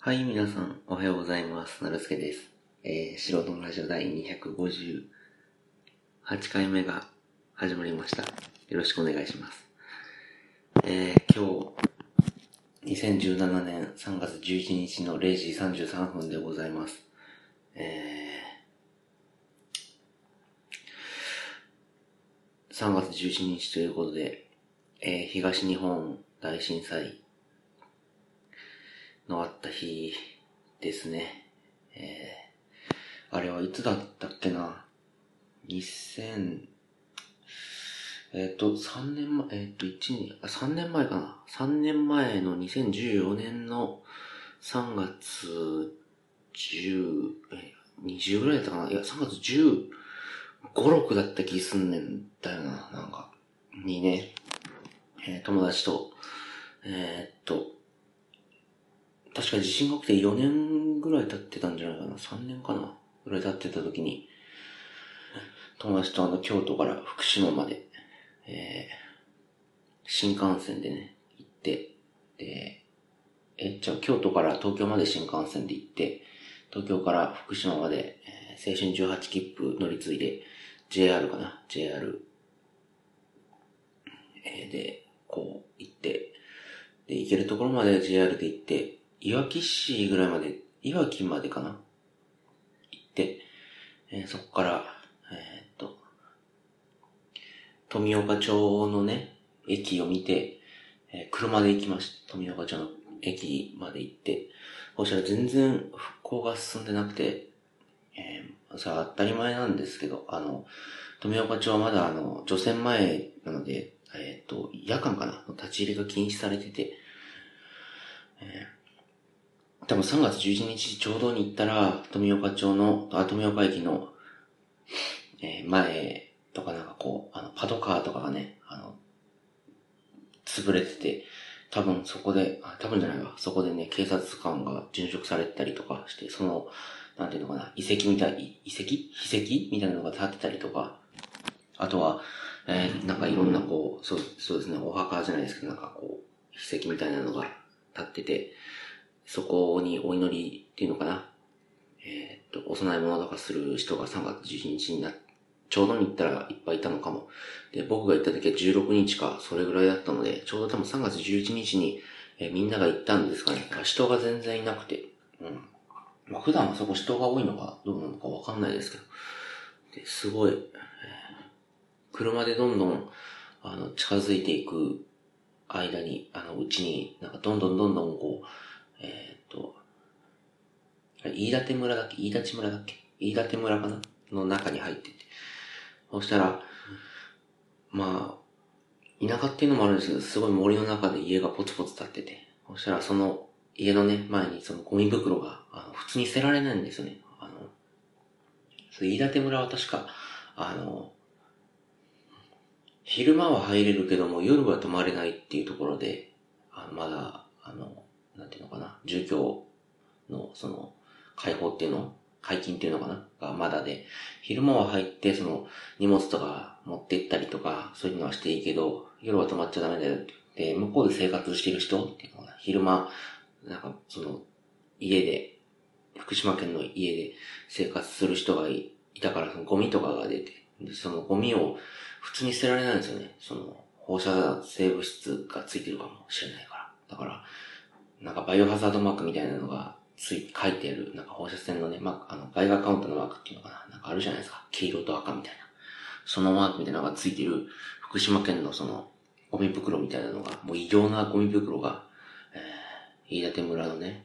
はい、皆さん、おはようございます。なるすけです。素人のラジオ第258回目が始まりました。よろしくお願いします。今日、2017年3月11日の0時33分でございます。3月11日ということで、東日本大震災のあった日ですね。あれはいつだったっけな。3年前、3年前かな。3年前の2014年の3月20ぐらいだったかな。いや、3月15、6だった気すんねんだよな、なんか。にね、友達と、確か地震が起きて4年ぐらい経ってたんじゃないかな。3年かなぐらい経ってた時に、友達と京都から福島まで、新幹線でね、行って、で、京都から東京まで新幹線で行って、東京から福島まで、青春18切符乗り継いで、JR かな ?JR、で、こう、行って、で、行けるところまで JR で行って、いわき市ぐらいまで、いわきまでかな行って、そこから、富岡町のね、駅を見て、車で行きました。富岡町の駅まで行って、そしたら全然復興が進んでなくて、さあ当たり前なんですけど、富岡町はまだ除染前なので、夜間かな立ち入りが禁止されてて、多分3月11日ちょうどに行ったら、富岡駅の、前とかなんかこう、パトカーとかがね、潰れてて、多分そこでね、警察官が殉職されたりとかして、なんていうのかな、遺跡みたいなのが建ってたりとか、あとは、なんかいろんなこう、そうですね、お墓じゃないですけど、なんかこう、筆跡みたいなのが建ってて、そこにお祈りっていうのかな、お供え物とかする人が3月11日にちょうどに行ったらいっぱいいたのかも。で、僕が行った時は16日か、それぐらいだったので、ちょうど多分3月11日に、みんなが行ったんですかね。人が全然いなくて。まあ普段はそこ人が多いのかどうなのかわかんないですけど。で、すごい、車でどんどん、近づいていく間に、うちに、なんかどんどんこう、飯舘村かなの中に入ってて。そしたら、まあ、田舎っていうのもあるんですけど、すごい森の中で家がポツポツ立ってて。そしたらその家のね、前にそのゴミ袋が、普通に捨てられないんですよね。飯舘村は確か、昼間は入れるけども夜は泊まれないっていうところで、まだ、なんていうのかな、住居の解禁っていうのかながまだで、昼間は入って荷物とか持って行ったりとか、そういうのはしていいけど、夜は泊まっちゃダメだよって言って、向こうで生活してる人っていうのかな、昼間、なんか福島県の家で生活する人がいたから、そのゴミとかが出て、でそのゴミを普通に捨てられないんですよね。放射性物質がついてるかもしれないから。だから、なんかバイオハザードマークみたいなのが書いてある、なんか放射線のね、ガイガーカウントのマークっていうのかな。なんかあるじゃないですか。黄色と赤みたいな。そのマークみたいなのがついてる福島県のゴミ袋みたいなのが、もう異様なゴミ袋が、飯舘村のね、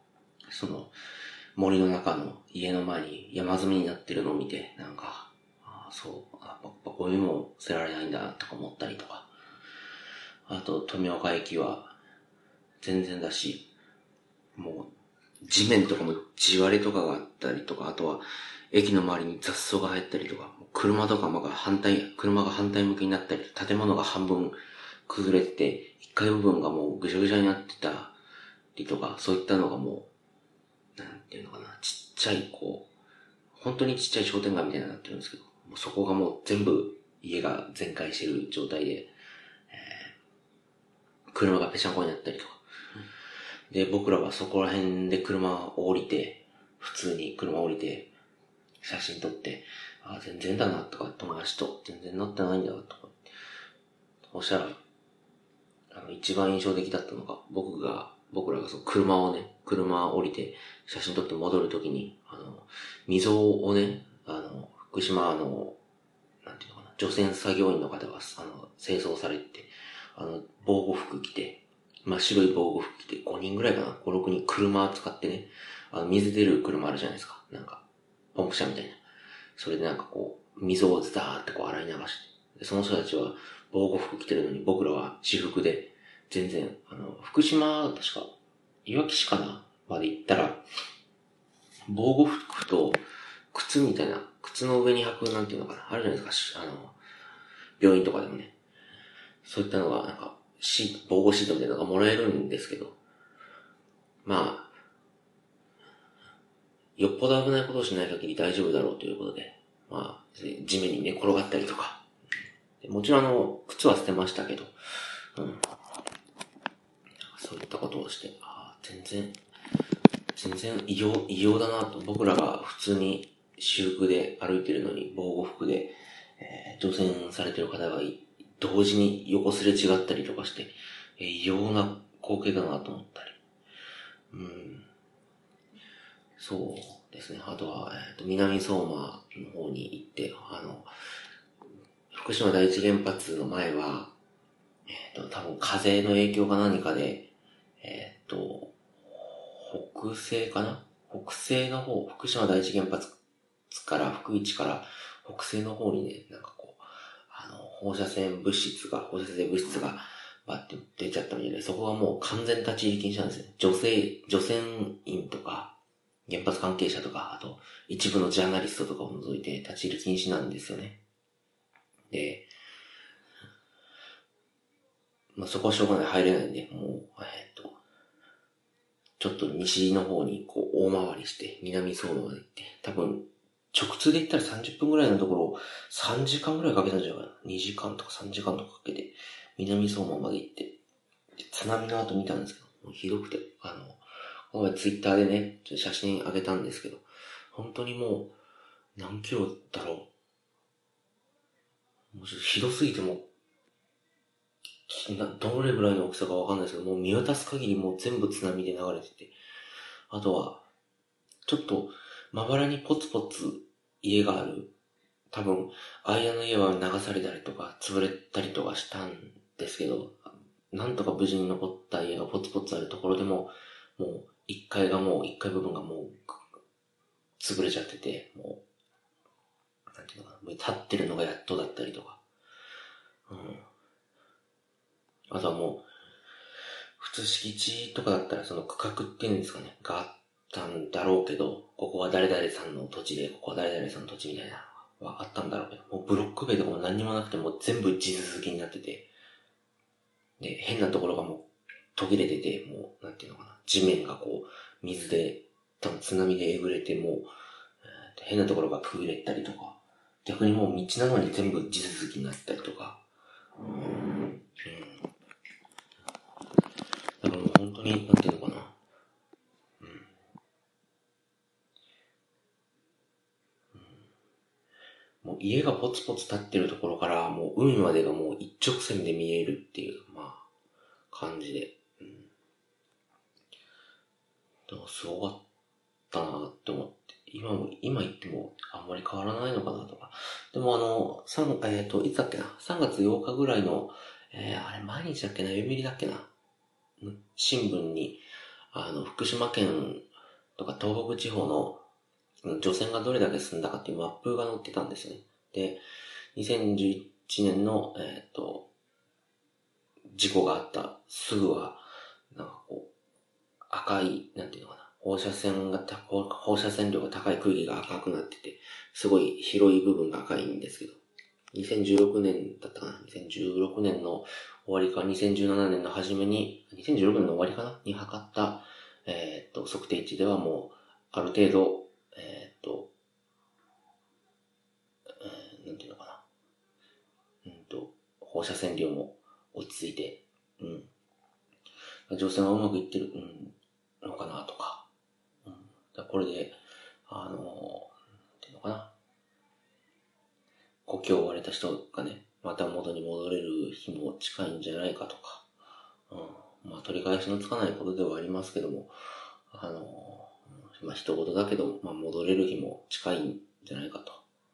森の中の家の前に山積みになってるのを見て、なんか、ゴミも捨てられないんだとか思ったりとか。あと、富岡駅は全然だし、もう、地面とかも地割れとかがあったりとか、あとは、駅の周りに雑草が生えたりとか、車が反対向きになったり、建物が半分崩れてて、1階部分がもうぐしゃぐしゃになってたりとか、そういったのがもう、なんていうのかな、ちっちゃい本当にちっちゃい商店街みたいになってるんですけど、もうそこがもう全部家が全壊してる状態で、車がぺしゃんこになったりとか。 で、僕らはそこら辺で車を降りて、普通に車を降りて、写真撮って、全然だな、とか、友達と、全然乗ってないんだ、とか。そしたら、一番印象的だったのが、僕らがそう車を降りて、写真撮って戻るときに、溝をね、福島なんていうのかな、除染作業員の方が、清掃されて、防護服着て、真っ白い防護服着て、5人ぐらいかな、5、6人車使ってね、水出る車あるじゃないですか。なんか、ポンプ車みたいな。それでなんかこう、溝をザーってこう洗い流して。その人たちは防護服着てるのに僕らは私服で、全然、福島、確か、いわき市かなまで行ったら、防護服と靴みたいな、靴の上に履くなんていうのかな、あるじゃないですか、病院とかでもね。そういったのが、なんか、防護シートみたいなのがもらえるんですけど、まあ、よっぽど危ないことをしない限り大丈夫だろうということで、まあ、地面に寝転がったりとか、もちろん靴は捨てましたけど、そういったことをして、全然異様だなと。僕らが普通に私服で歩いてるのに防護服で、除染されてる方が同時に横すれ違ったりとかして、異様な光景だなと思ったり。そうですね。あとは、南相馬の方に行って、福島第一原発の前は、多分風の影響か何かで、北西かな北西の方、福島第一原発から福井市から北西の方にね、なんかこう、放射性物質がバッて出ちゃったみたいで、そこはもう完全立ち入り禁止なんですよ。除染員とか、原発関係者とか、あと一部のジャーナリストとかを除いて立ち入り禁止なんですよね。で、まあ、そこはしょうがない、入れないんで、もう、ちょっと西の方にこう大回りして南相馬まで行って、多分直通で行ったら30分ぐらいのところを3時間ぐらいかけたんじゃないかな。2時間とか3時間とかかけて南相馬まで行って、津波の後見たんですけど、もうひどくて、この前ツイッターでね、ちょっと写真上げたんですけど、本当にもう何キロだろう。もうちょっとひどすぎてもどれぐらいの大きさかわかんないですけど、もう見渡す限りもう全部津波で流れてて、あとは、ちょっと、まばらにポツポツ家がある。多分、間の家は流されたりとか、潰れたりとかしたんですけど、なんとか無事に残った家がポツポツあるところでも、もう、1階部分がもう、潰れちゃってて、もう、なんていうのかな、立ってるのがやっとだったりとか。あとはもう、普通敷地とかだったらその区画っていうんですかね、があったんだろうけど、ここは誰々さんの土地で、ここは誰々さんの土地みたいなのはあったんだろうけど、もうブロック塀とかも何にもなくてもう全部地続きになってて、で、変なところがもう途切れてて、もう、なんていうのかな、地面がこう、水で、多分津波でえぐれて、もう、変なところがくぐれたりとか、逆にもう道なのに全部地続きになったりとか、だからもう本当に、なんていうのかな、もう家がポツポツ立ってるところから、もう海までがもう一直線で見えるっていう、まあ、感じで。でもすごかったなって思って。今言ってもあんまり変わらないのかなとか。でもいつだっけな ?3 月8日ぐらいの、あれ毎日だっけな読売だっけな新聞に、福島県とか東北地方の除染がどれだけ進んだかっていうマップが載ってたんですよね。で、2011年の、事故があったすぐは、なんかこう、赤い、なんていうのかな、放射線量が高い空気が赤くなってて、すごい広い部分が赤いんですけど、2016年だったかな ?2016 年の終わりか、2017年の初めに、2016年の終わりかなに測った、測定値ではもう、ある程度、なんていうのかな。放射線量も落ち着いて、除染はうまくいってる。 のかなとか。だこれで、なんていうのかな。故郷を追われた人がね、また元に戻れる日も近いんじゃないかとか。取り返しのつかないことではありますけども、一言だけど、戻れる日も近いんじゃないかと。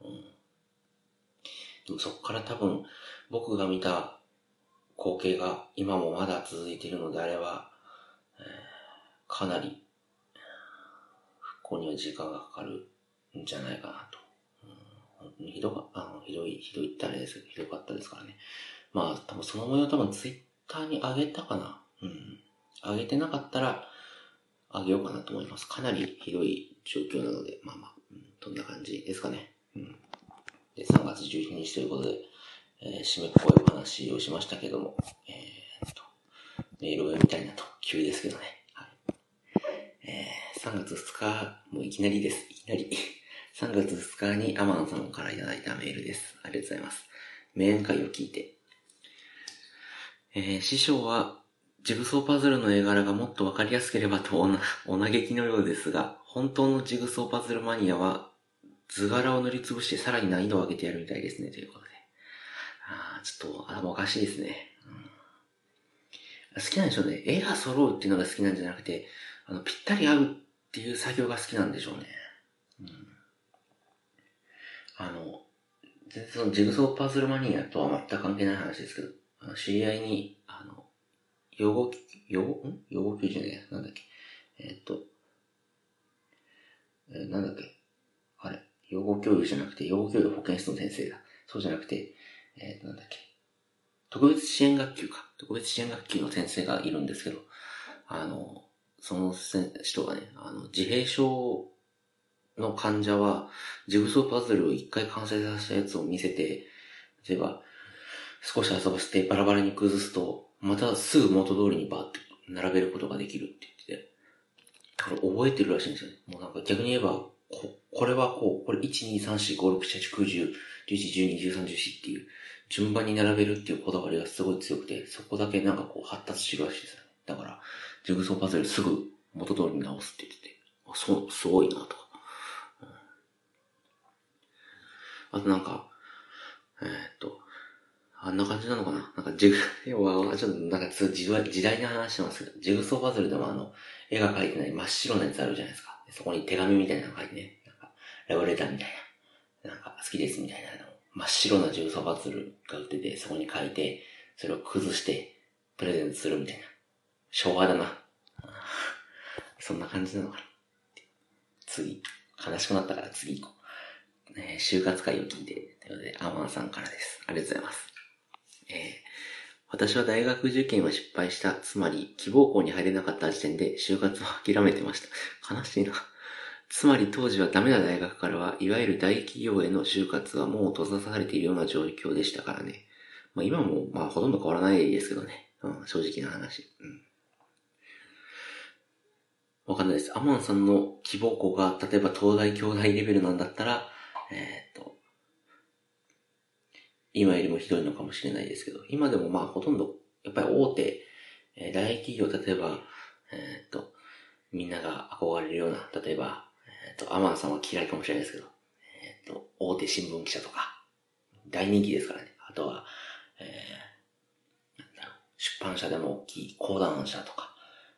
でもそこから多分、僕が見た光景が今もまだ続いているのであれば、かなり、復興には時間がかかるんじゃないかなと。本当にひどいってあれですけど、ひどかったですからね。多分その模様多分ツイッターに上げたかな。上げてなかったら、上げようかなと思います。かなりひどい状況なので、そんな感じですかね。で、3月11日ということで、締めっぽいお話をしましたけども、メールを読みたいなと、急ですけどね。はい。3月2日、もういきなりです。いきなり。3月2日にアマンさんからいただいたメールです。ありがとうございます。名演会を聞いて。師匠は、ジグソーパズルの絵柄がもっとわかりやすければとお嘆きのようですが、本当のジグソーパズルマニアは、図柄を塗りつぶしてさらに難易度を上げてやるみたいですね、ということで。ちょっと頭おかしいですね。好きなんでしょうね。絵が揃うっていうのが好きなんじゃなくて、ぴったり合うっていう作業が好きなんでしょうね。全然そのジグソーパズルマニアとは全く関係ない話ですけど、知り合いに、養護教授ね、なんだっけ。なんだっけ。あれ、養護教諭じゃなくて、養護教諭保健室の先生だ。そうじゃなくて、なんだっけ。特別支援学級の先生がいるんですけど、その人がね、自閉症の患者は、ジグソーパズルを一回完成させたやつを見せて、例えば、少し遊ばせてバラバラに崩すと、またすぐ元通りにバーって並べることができるって言ってて、だから覚えてるらしいんですよね。もうなんか逆に言えば、これはこう、これ1、2、3、4、5、6、7、8、9、10、11、12、13、14っていう、順番に並べるっていうこだわりがすごい強くて、そこだけなんかこう発達してるらしいですよね。だから、ジグソーパズルすぐ元通りに直すって言ってて、すごいなとか。あとなんか、あんな感じなのかななんか要は、ちょっとなんか時代の話しますけど、ジグソーパズルでも絵が描いてない真っ白なやつあるじゃないですか。そこに手紙みたいなの書いてね、なんか、ラブレターみたいな、なんか好きですみたいな真っ白なジグソーパズルが売ってて、そこに書いて、それを崩して、プレゼントするみたいな。昭和だな。そんな感じなのかな。次、悲しくなったから次行こう。就活会を聞いて、ということで、アマンさんからです。ありがとうございます。私は大学受験を失敗した。つまり、希望校に入れなかった時点で就活を諦めてました。悲しいな。つまり当時はダメな大学からは、いわゆる大企業への就活はもう閉ざされているような状況でしたからね。今も、ほとんど変わらないですけどね。正直な話。わかんないです。アマンさんの希望校が、例えば東大京大レベルなんだったら、今よりもひどいのかもしれないですけど、今でもほとんど、やっぱり大手、大企業、例えば、みんなが憧れるような、例えば、アマンさんは嫌いかもしれないですけど、大手新聞記者とか、大人気ですからね。あとは、出版社でも大きい講談社とか、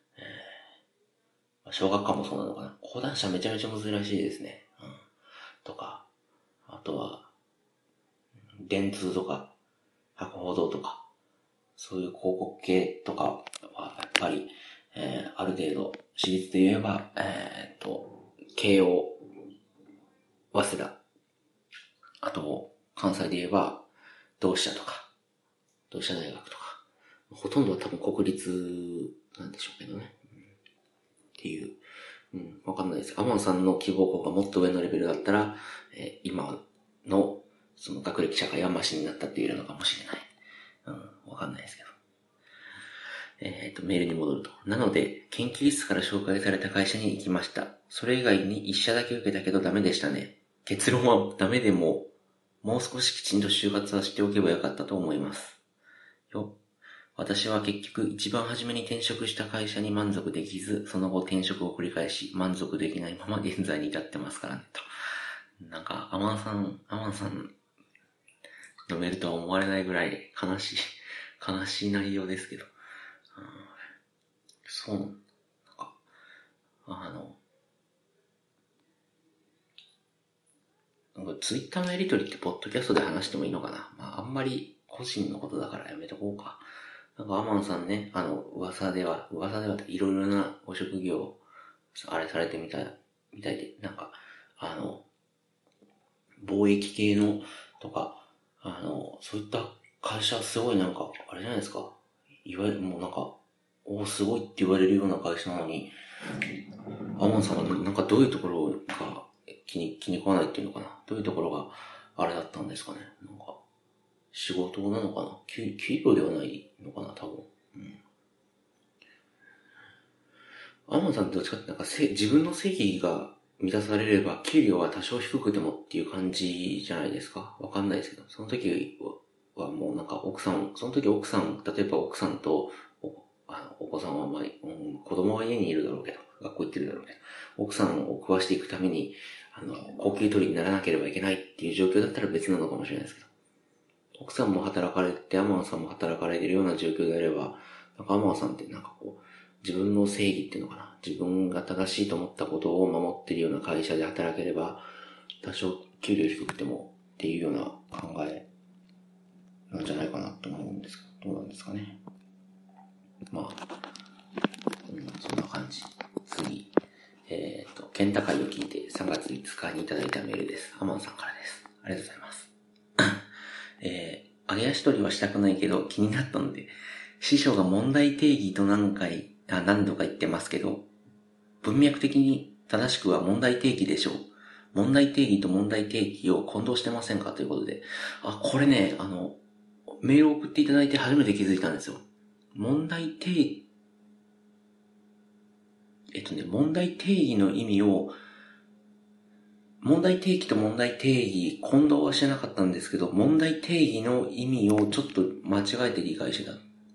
小学館もそうなのかな。講談社めちゃめちゃ難しいですね。とか、あとは、電通とか、博報堂とか、そういう広告系とかは、やっぱり、ある程度、私立で言えば、慶応、早稲田、あと、関西で言えば、同志社とか、同志社大学とか、ほとんどは多分国立なんでしょうけどね。っていう、わかんないです。アマンさんの希望校がもっと上のレベルだったら、今の、その学歴社会はマシになったって言えるのかもしれない。わかんないですけど。メールに戻ると。なので、研究室から紹介された会社に行きました。それ以外に一社だけ受けたけどダメでしたね。結論はダメでも、もう少しきちんと就活はしておけばよかったと思います。 私は結局一番初めに転職した会社に満足できず、その後転職を繰り返し満足できないまま現在に至ってますからね、と。なんか、アマンさんのメールとは思われないぐらい悲しい内容ですけど。そう、なんか、なんかツイッターのやりとりってポッドキャストで話してもいいのかな。まあ、あんまり個人のことだからやめとこうか。なんかアマンさんね、噂ではいろいろなご職業、あれされてみたいで、なんか、貿易系のとか、そういった会社すごいなんか、あれじゃないですか。いわゆるもうなんか、すごいって言われるような会社なのに、アマンさんはなんかどういうところが気に食わないっていうのかな。どういうところがあれだったんですかね。なんか、仕事なのかな。給料ではないのかな、多分。アマンさんってどっちかってなんか自分の正義が満たされれば、給料は多少低くてもっていう感じじゃないですか。わかんないですけど、その時はもうなんかその時奥さん、例えば奥さんとお子さんは子供は家にいるだろうけど、学校行ってるだろうけど、奥さんを食わしていくために、高級取りにならなければいけないっていう状況だったら別なのかもしれないですけど、奥さんも働かれて、アマンさんも働かれているような状況であれば、なんかアマンさんってなんかこう、自分の正義っていうのかな、自分が正しいと思ったことを守っているような会社で働ければ、多少給料低くてもっていうような考えなんじゃないかなと思うんですけど、どうなんですかね。まあ、そんな感じ。次。ケンタ会を聞いて3月5日にいただいたメールです。アマンさんからです。ありがとうございます。揚げ足取りはしたくないけど気になったので、師匠が問題定義と何度か言ってますけど、文脈的に正しくは問題定義でしょう。問題定義と問題定義を混同してませんかということで。これね、メールを送っていただいて初めて気づいたんですよ。問題定義の意味を、問題提起と問題定義、混同はしてなかったんですけど、問題定義の意味をちょっと間違えて理解してた。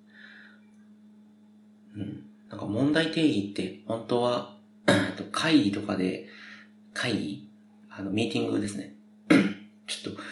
なんか問題定義って本当は、会議とかで、ミーティングですね。ちょっと、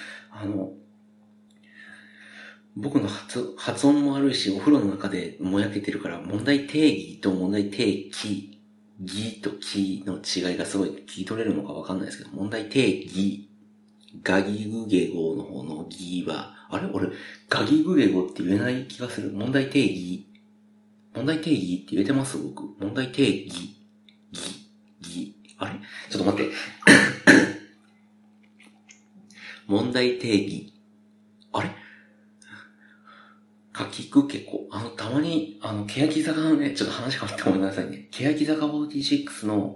僕の発音も悪いし、お風呂の中でもやけてるから、問題定義と問題定義、義と義の違いがすごい聞き取れるのかわかんないですけど、問題定義、ガギグゲ語の方の義は、俺、ガギグゲ語って言えない気がする。問題定義って言えてます僕。問題定義、義。あれちょっと待って。問題定義。あれかきくけこ。たまに、欅坂のね、ちょっと話変わってごめんなさいね。欅坂46の、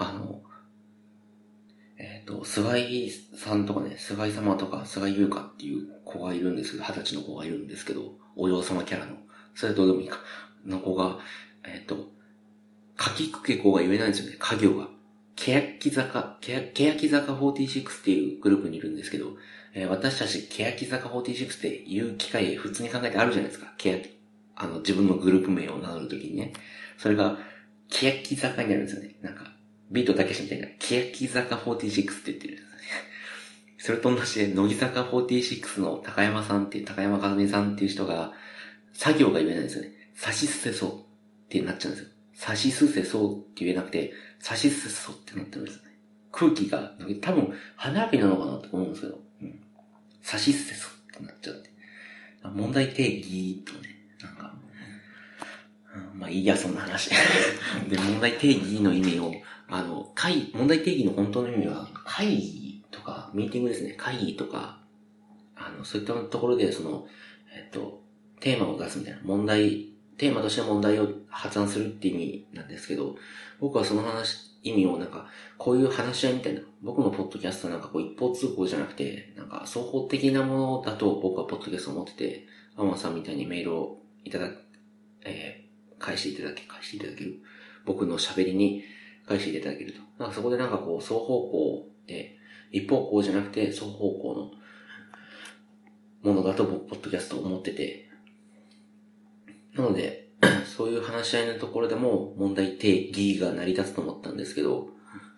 菅井さんとかね、菅井様とか、菅井優香っていう子がいるんですけど、20歳の子がいるんですけど、お嬢様キャラの。それどうでもいいか。の子が、かきくけこが言えないんですよね、家業が。欅坂46っていうグループにいるんですけど、私たち欅坂46って言う機会普通に考えてあるじゃないですか。自分のグループ名を名乗るときにね。それが、欅坂になるんですよね。なんか、ビートたけしみたいな、欅坂46って言ってるんですよね。それと同じで、乃木坂46の高山和美さんっていう人が、作業が言えないんですよね。さしすせそうってなっちゃうんですよ。さしすせそうって言えなくて、さしすせそうってなってるんですよね。空気が、多分、花火なのかなと思うんですけど、さしすせそうってなっちゃって。問題定義とね、なんか、まあいいや、そんな話。で、問題定義の意味を、問題定義の本当の意味は、会議とか、ミーティングですね。会議とか、そういったところで、テーマを出すみたいな。テーマとして問題を発案するって意味なんですけど、僕はその意味をなんか、こういう話し合いみたいな、僕のポッドキャストなんかこう一方通行じゃなくて、なんか双方的なものだと僕はポッドキャストを持ってて、アマンさんみたいにメールを返していただける。僕の喋りに返していただけると。なんかそこでなんかこう双方向で、一方向じゃなくて双方向のものだと僕ポッドキャストを思ってて、 なので、そういう話し合いのところでも問題定義が成り立つと思ったんですけど、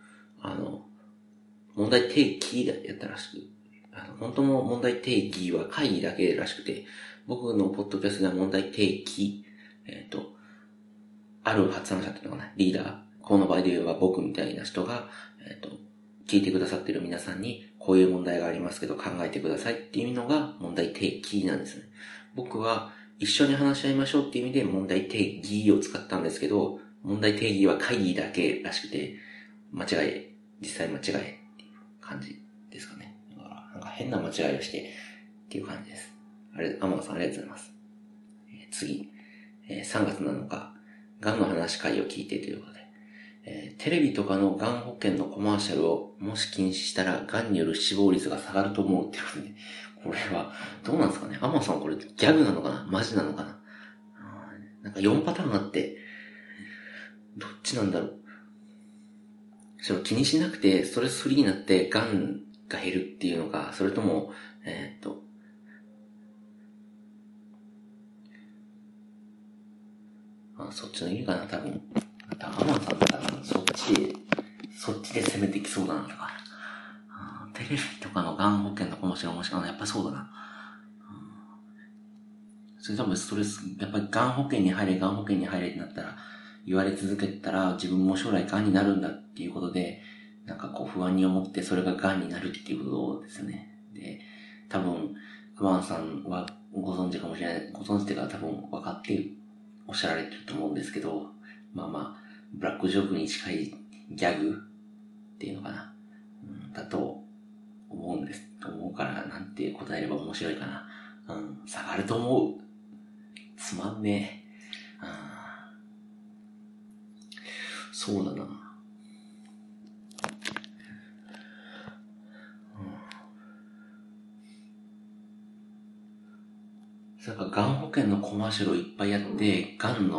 問題定義だやったらしく、本当の問題定義は会議だけらしくて、僕のポッドキャストでは問題定義、ある発案者っていうのかな、リーダー、この場合で言えば僕みたいな人が、聞いてくださってる皆さんに、こういう問題がありますけど考えてくださいっていうのが問題定義なんですね。僕は一緒に話し合いましょうっていう意味で問題定義を使ったんですけど、問題定義は会議だけらしくて、実際間違えっていう感じですかね。だからなんか変な間違いをしてっていう感じです。天野さんありがとうございます。次、3月7日、がんの話会を聞いてということで、テレビとかのがん保険のコマーシャルをもし禁止したらがんによる死亡率が下がると思うっていうことで、これはどうなんですかね。天野さんこれギャグなのかなマジなのかな。なんか4パターンあって、どっちなんだろう。それを気にしなくてストレスフリーになってがんが減るっていうのか、それとも、そっちの意味かな、多分。アマンさんだったらそっちで攻めてきそうだなとか。テレビとかのがん保険のコマーシャルもしかな、やっぱそうだな。それ多分ストレス、やっぱりがん保険に入れってなったら、言われ続けたら自分も将来がんになるんだっていうことで、なんかこう不安に思ってそれががんになるっていうことですよね。で、多分、アマンさんはご存知かもしれない。ご存知っていうか多分分かっておっしゃられてると思うんですけど、まあ、ブラックジョークに近いギャグっていうのかな。だと思うからなんて答えれば面白いかな。下がると思う。つまんねえ。そうだな。なんか、がん保険のコマーシャルをいっぱいやって、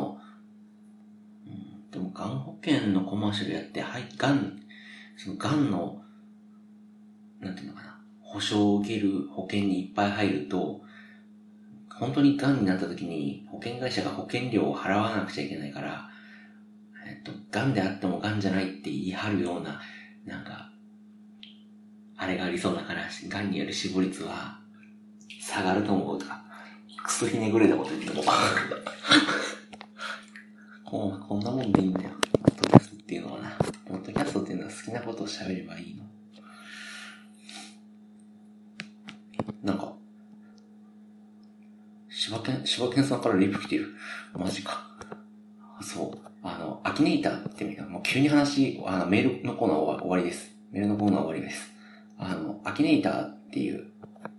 でも、がん保険のコマーシャルやって、そのがんの、なんていうのかな、保証を受ける保険にいっぱい入ると、本当にがんになった時に、保険会社が保険料を払わなくちゃいけないから、がんであってもがんじゃないって言い張るような、なんか、あれがありそうだから、がんによる死亡率は下がると思うとか、クソひねぐれたこと言ってもこんなもんでいいんだよ。ポッドキャストっていうのはな。ポッドキャストっていうのは好きなことを喋ればいいの。なんか、柴犬さんからリプ来てる。マジか。そう。アキネイターってみたいな、もう急にメールのコーナー終わりです。メールのコーナー終わりです。アキネイターっていう、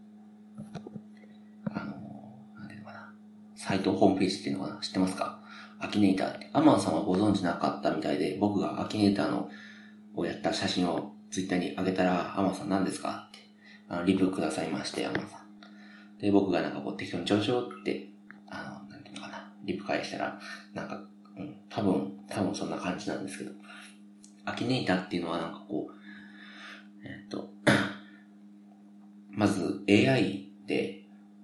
なんていうのかな。サイト、ホームページっていうのかな。知ってますか？アキネイターって。アマンさんはご存知なかったみたいで、僕がアキネイターをやった写真をツイッターに上げたら、アマンさん何ですかって、リプくださいまして、アマンさん。で、僕がなんかこう適当に上昇って、なんていうのかな。リプ返したら、なんか、多分そんな感じなんですけど、アキネイターっていうのはなんかこう、まず AI で、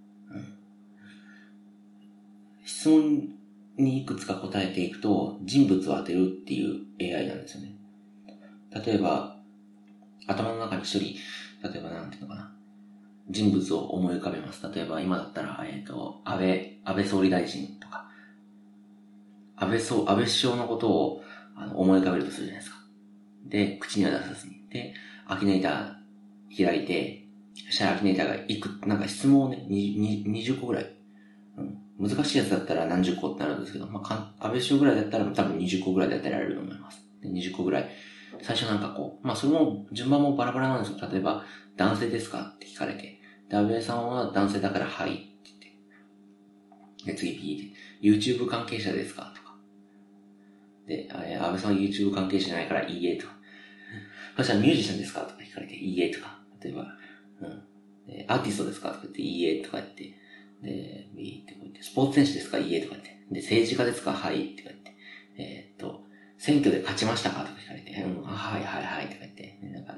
質問にいくつか答えていくと人物を当てるっていう AI なんですよね。例えば、頭の中に一人、例えばなんていうのかな、人物を思い浮かべます。例えば今だったら、安倍総理大臣とか、安倍首相のことを思い浮かべるとするじゃないですか。で、口には出さずに。で、アキネーター開いて、そしたらアキネーターがなんか質問をね、20個ぐらい。難しいやつだったら何十個ってなるんですけど、安倍首相ぐらいだったら多分20個ぐらいでやってられると思います。で20個ぐらい。最初なんかこう、それも順番もバラバラなんですよ。例えば、男性ですかって聞かれて。で、安倍さんは男性だからはいって言って。で、次 B で、YouTube 関係者ですかとか。で、安倍さんは YouTube 関係者じゃないからいいえとか。そしたらミュージシャンですかとか聞かれて、いいえとか。例えば、アーティストですかとか言って、いいえとか言って。で、いいってこう言って、スポーツ選手ですかいいえとか言って。で、政治家ですかはいって言って。選挙で勝ちましたかとか聞かれて、はいはいはいとか言って、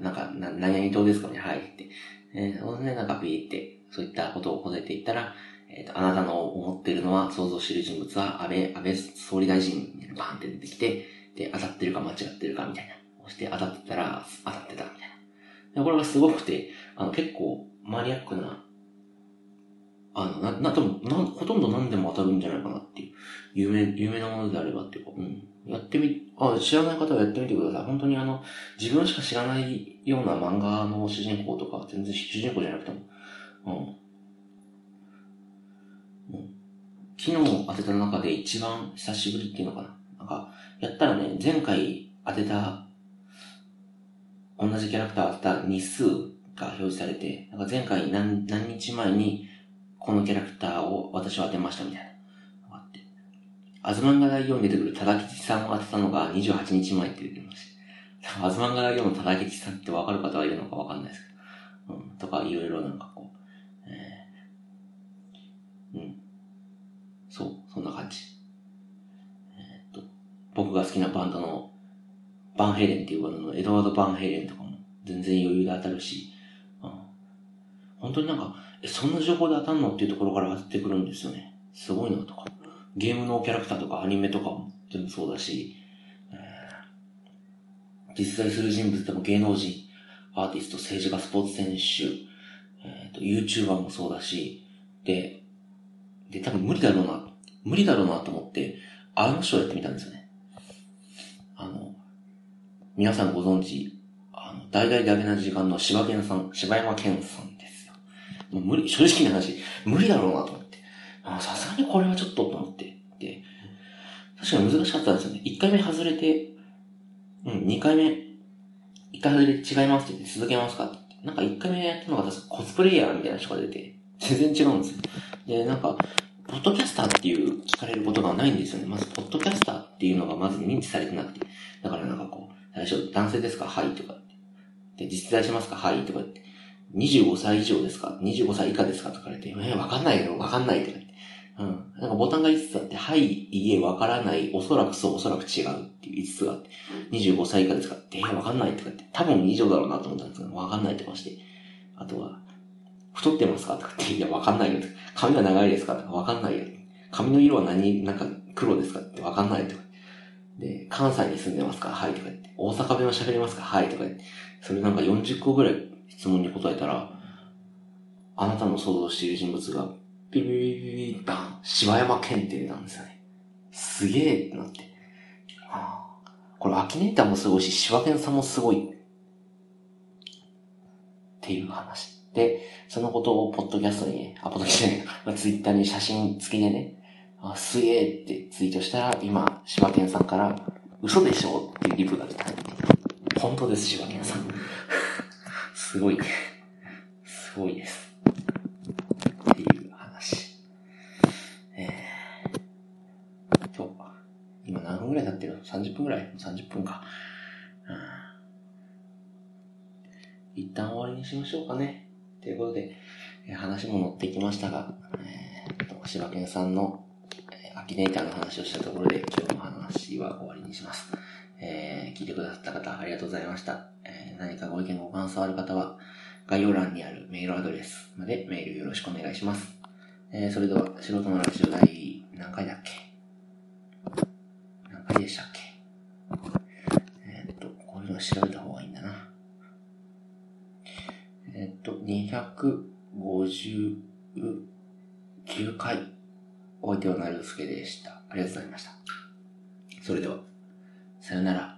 何々党ですかねはいって。そのね、なんかピーって、そういったことを答えていったら、 あなたの思っているのは、想像している人物は安倍総理大臣みたいなバーンって出てきて、で、当たってるか間違ってるかみたいな。そして当たってたら、当たってたみたいな。でこれがすごくて、結構マニアックな、多分ほとんど何でも当たるんじゃないかなっていう、有名なものであればっていうか、知らない方はやってみてください。本当に自分しか知らないような漫画の主人公とか、全然主人公じゃなくても、昨日当てた中で一番久しぶりっていうのかな。なんか、やったらね、前回当てた、同じキャラクター当てた日数が表示されて、なんか前回何日前にこのキャラクターを私は当てましたみたいなのがあって、アズマンガ大王に出てくる忠吉さんを当てたのが28日前って出てました。アズマンガ大王の忠吉さんってわかる方はいるのかわかんないですけど、とかいろいろなんかこう、そう、そんな感じ。僕が好きなバンドのバンヘイレンっていうバンドのエドワード・バンヘイレンとかも全然余裕で当たるし、本当になんか、そんな情報で当たんのっていうところから当ててくるんですよね。すごいなとか。ゲームのキャラクターとかアニメとかも全部そうだし、実在する人物でも芸能人、アーティスト、政治家、スポーツ選手、YouTuber もそうだし、で、多分無理だろうなと思って、あの人をやってみたんですよね。皆さんご存知、大々だけな時間の柴山健さんですよ。もう正直な話、無理だろうなと思って。さすがにこれはちょっとと思って。で、確かに難しかったんですよね。1回目外れて、2回目、1回外れて違いますって言って続けますかって。なんか1回目やったのが確かコスプレイヤーみたいな人が出て、全然違うんですよ。で、なんか、ポッドキャスターっていう聞かれることがないんですよね。まず、ポッドキャスターっていうのがまず認知されてなくて。だからなんかこう、最初、男性ですかはいとかって。で、実在しますかはいとかって。25歳以上ですか ?25 歳以下ですかとか言われて、わかんないよ、わかんないとか言って。なんかボタンが5つあって、はい、いいえ、わからない、おそらくそう、おそらく違うっていう5つがあって、25歳以下ですかってわかんないとか言って、多分以上だろうなと思ったんですけど、わかんないとかして。あとは、太ってますかとかって、いや、わかんないよ。髪は長いですかとか、わかんないよ。髪の色はなんか黒ですかってわかんないとか。で、関西に住んでますかはいとか言って。大阪弁は喋れますかはいとか言って。それなんか40個ぐらい質問に答えたら、あなたの想像している人物が、ビビビビビバン、柴山健ってなんですよね。すげえってなって。これ、アキネーターもすごいし、柴犬さんもすごい。っていう話。で、そのことをポッドキャストにね、ポッドキャストにね、ツイッターに写真付きでね、すげえってツイートしたら、今、柴犬さんから、嘘でしょっていうリプが来た。本当です、柴犬さん。すごい。すごいです。っていう話。今何分ぐらい経ってる ?30 分ぐらい ?30 分か。一旦終わりにしましょうかね。ということで、話も乗ってきましたが、柴犬さんの、アキネーターの話をしたところで、今日の話は終わりにします。聞いてくださった方、ありがとうございました。何かご意見ご感想ある方は、概要欄にあるメールアドレスまでメールよろしくお願いします。それでは、素人のラジオ第何回だっけ何回でしたっけこういうの調べた方がいいんだな。259回、お相手はなるすけでした。ありがとうございました。それでは、さよなら。